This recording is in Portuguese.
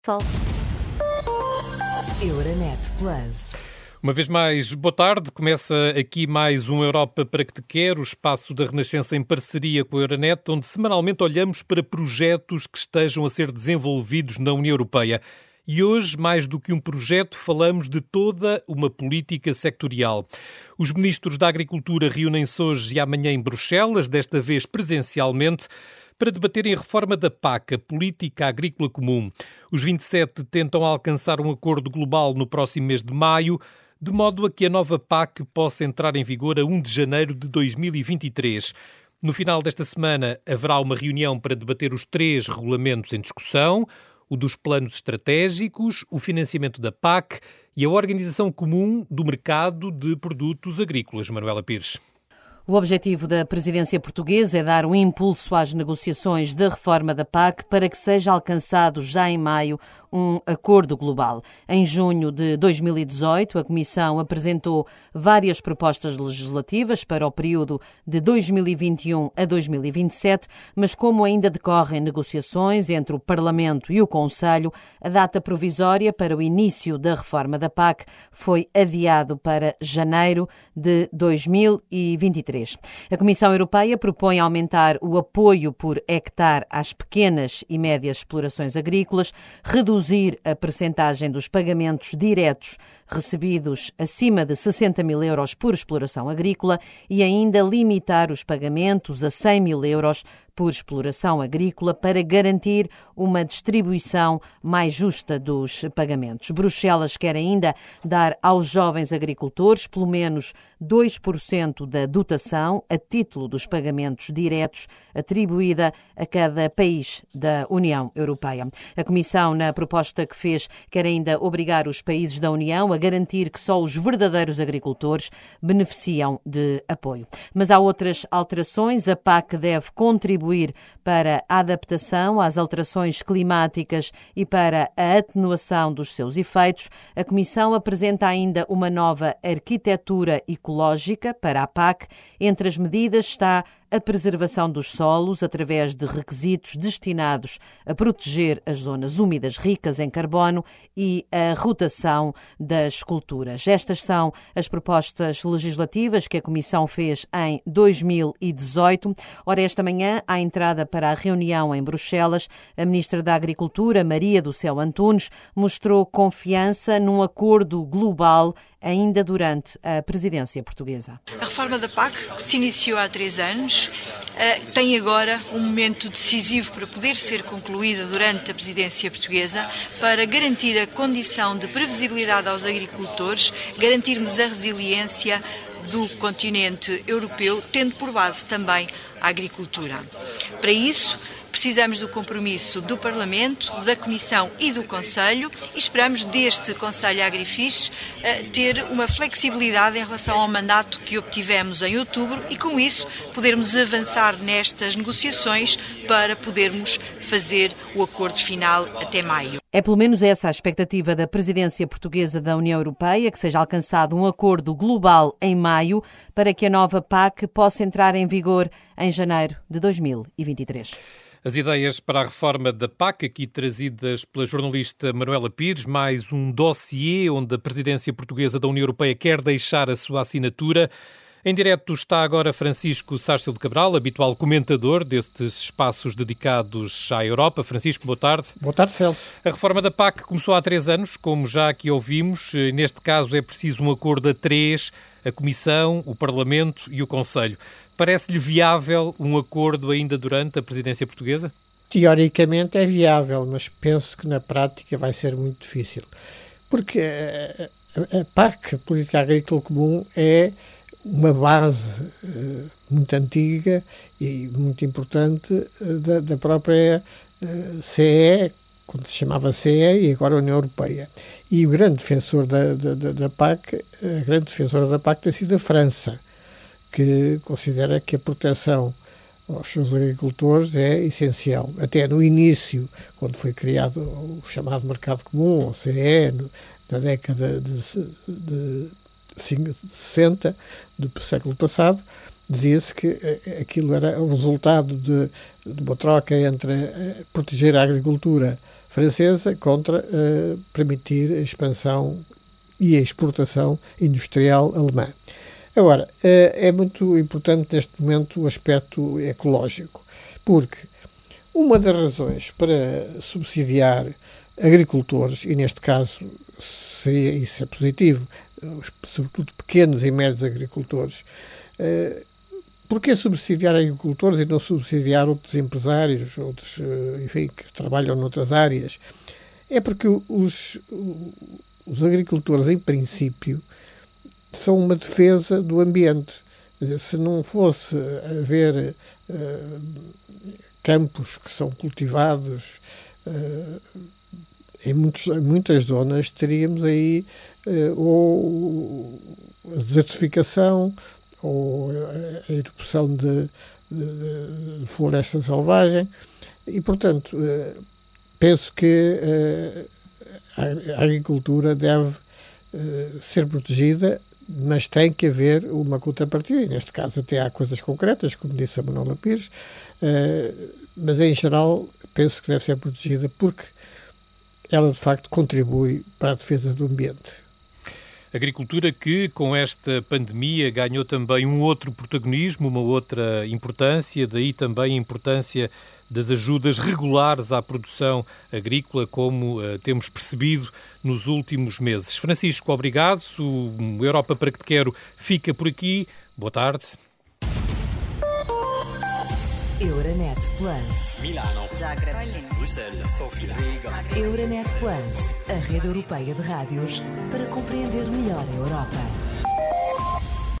Sol. Euronet Plus. Uma vez mais, boa tarde. Começa aqui mais um Europa para que te quer, o espaço da Renascença em parceria com a Euronet, onde semanalmente olhamos para projetos que estejam a ser desenvolvidos na União Europeia. E hoje, mais do que um projeto, falamos de toda uma política sectorial. Os ministros da Agricultura reúnem-se hoje e amanhã em Bruxelas, desta vez presencialmente, para debaterem a reforma da PAC, a Política Agrícola Comum. Os 27 tentam alcançar um acordo global no próximo mês de maio, de modo a que a nova PAC possa entrar em vigor a 1 de janeiro de 2023. No final desta semana haverá uma reunião para debater os 3 regulamentos em discussão, o dos planos estratégicos, o financiamento da PAC e a organização comum do mercado de produtos agrícolas. Manuela Pires. O objetivo da presidência portuguesa é dar um impulso às negociações da reforma da PAC para que seja alcançado já em maio um acordo global. Em junho de 2018, a Comissão apresentou várias propostas legislativas para o período de 2021 a 2027, mas como ainda decorrem negociações entre o Parlamento e o Conselho, a data provisória para o início da reforma da PAC foi adiado para janeiro de 2023. A Comissão Europeia propõe aumentar o apoio por hectare às pequenas e médias explorações agrícolas, reduzir a percentagem dos pagamentos diretos recebidos acima de 60 mil euros por exploração agrícola e ainda limitar os pagamentos a 100 mil euros por exploração agrícola para garantir uma distribuição mais justa dos pagamentos. Bruxelas quer ainda dar aos jovens agricultores pelo menos 2% da dotação a título dos pagamentos diretos atribuída a cada país da União Europeia. A Comissão, na proposta que fez, quer ainda obrigar os países da União a garantir que só os verdadeiros agricultores beneficiam de apoio. Mas há outras alterações. A PAC deve contribuir para a adaptação às alterações climáticas e para a atenuação dos seus efeitos. A Comissão apresenta ainda uma nova arquitetura ecológica para a PAC. Entre as medidas está a preservação dos solos através de requisitos destinados a proteger as zonas úmidas ricas em carbono e a rotação das culturas. Estas são as propostas legislativas que a Comissão fez em 2018. Ora, esta manhã, à entrada para a reunião em Bruxelas, a Ministra da Agricultura, Maria do Céu Antunes, mostrou confiança num acordo global ainda durante a presidência portuguesa. A reforma da PAC, que se iniciou há 3 anos, tem agora um momento decisivo para poder ser concluída durante a presidência portuguesa, para garantir a condição de previsibilidade aos agricultores, garantirmos a resiliência do continente europeu, tendo por base também a agricultura. Para isso, precisamos do compromisso do Parlamento, da Comissão e do Conselho e esperamos deste Conselho Agrifish ter uma flexibilidade em relação ao mandato que obtivemos em outubro e, com isso, podermos avançar nestas negociações para podermos fazer o acordo final até maio. É pelo menos essa a expectativa da presidência portuguesa da União Europeia, que seja alcançado um acordo global em maio para que a nova PAC possa entrar em vigor em janeiro de 2023. As ideias para a reforma da PAC, aqui trazidas pela jornalista Manuela Pires, mais um dossiê onde a presidência portuguesa da União Europeia quer deixar a sua assinatura. Em direto está agora Francisco Sárcio de Cabral, habitual comentador destes espaços dedicados à Europa. Francisco, boa tarde. Boa tarde, Celso. A reforma da PAC começou há 3 anos, como já aqui ouvimos. Neste caso é preciso um acordo a 3, a Comissão, o Parlamento e o Conselho. Parece-lhe viável um acordo ainda durante a presidência portuguesa? Teoricamente é viável, mas penso que na prática vai ser muito difícil. Porque a PAC, a Política Agrícola Comum, é uma base muito antiga e muito importante da própria CE, quando se chamava CE e agora União Europeia. E o grande defensor da PAC, a grande defensora da PAC tem sido a França, que considera que a proteção aos seus agricultores é essencial. Até no início, quando foi criado o chamado Mercado Comum, ou CE, na década de 60 do século passado, dizia-se que aquilo era o resultado de uma troca entre proteger a agricultura francesa contra permitir a expansão e a exportação industrial alemã. Agora, é muito importante neste momento o aspecto ecológico, porque uma das razões para subsidiar agricultores, e neste caso isso é positivo, sobretudo pequenos e médios agricultores, porquê subsidiar agricultores e não subsidiar outros empresários, outros, enfim, que trabalham noutras áreas? É porque os agricultores, em princípio, são uma defesa do ambiente. Quer dizer, se não fosse haver campos que são cultivados em muitas zonas, teríamos aí ou a desertificação ou a erupção de floresta selvagem e, portanto, penso que a agricultura deve ser protegida, mas tem que haver uma contrapartida. Neste caso até há coisas concretas, como disse a Manuela Pires, mas em geral penso que deve ser protegida porque ela de facto contribui para a defesa do ambiente. Agricultura que, com esta pandemia, ganhou também um outro protagonismo, uma outra importância, daí também a importância das ajudas regulares à produção agrícola, como temos percebido nos últimos meses. Francisco, obrigado. O Europa para que te quero fica por aqui. Boa tarde. Euronet Plus. Milano. Zagreb. Bruxelas. Sofia. Riga. Euronet Plus, a rede europeia de rádios para compreender melhor a Europa.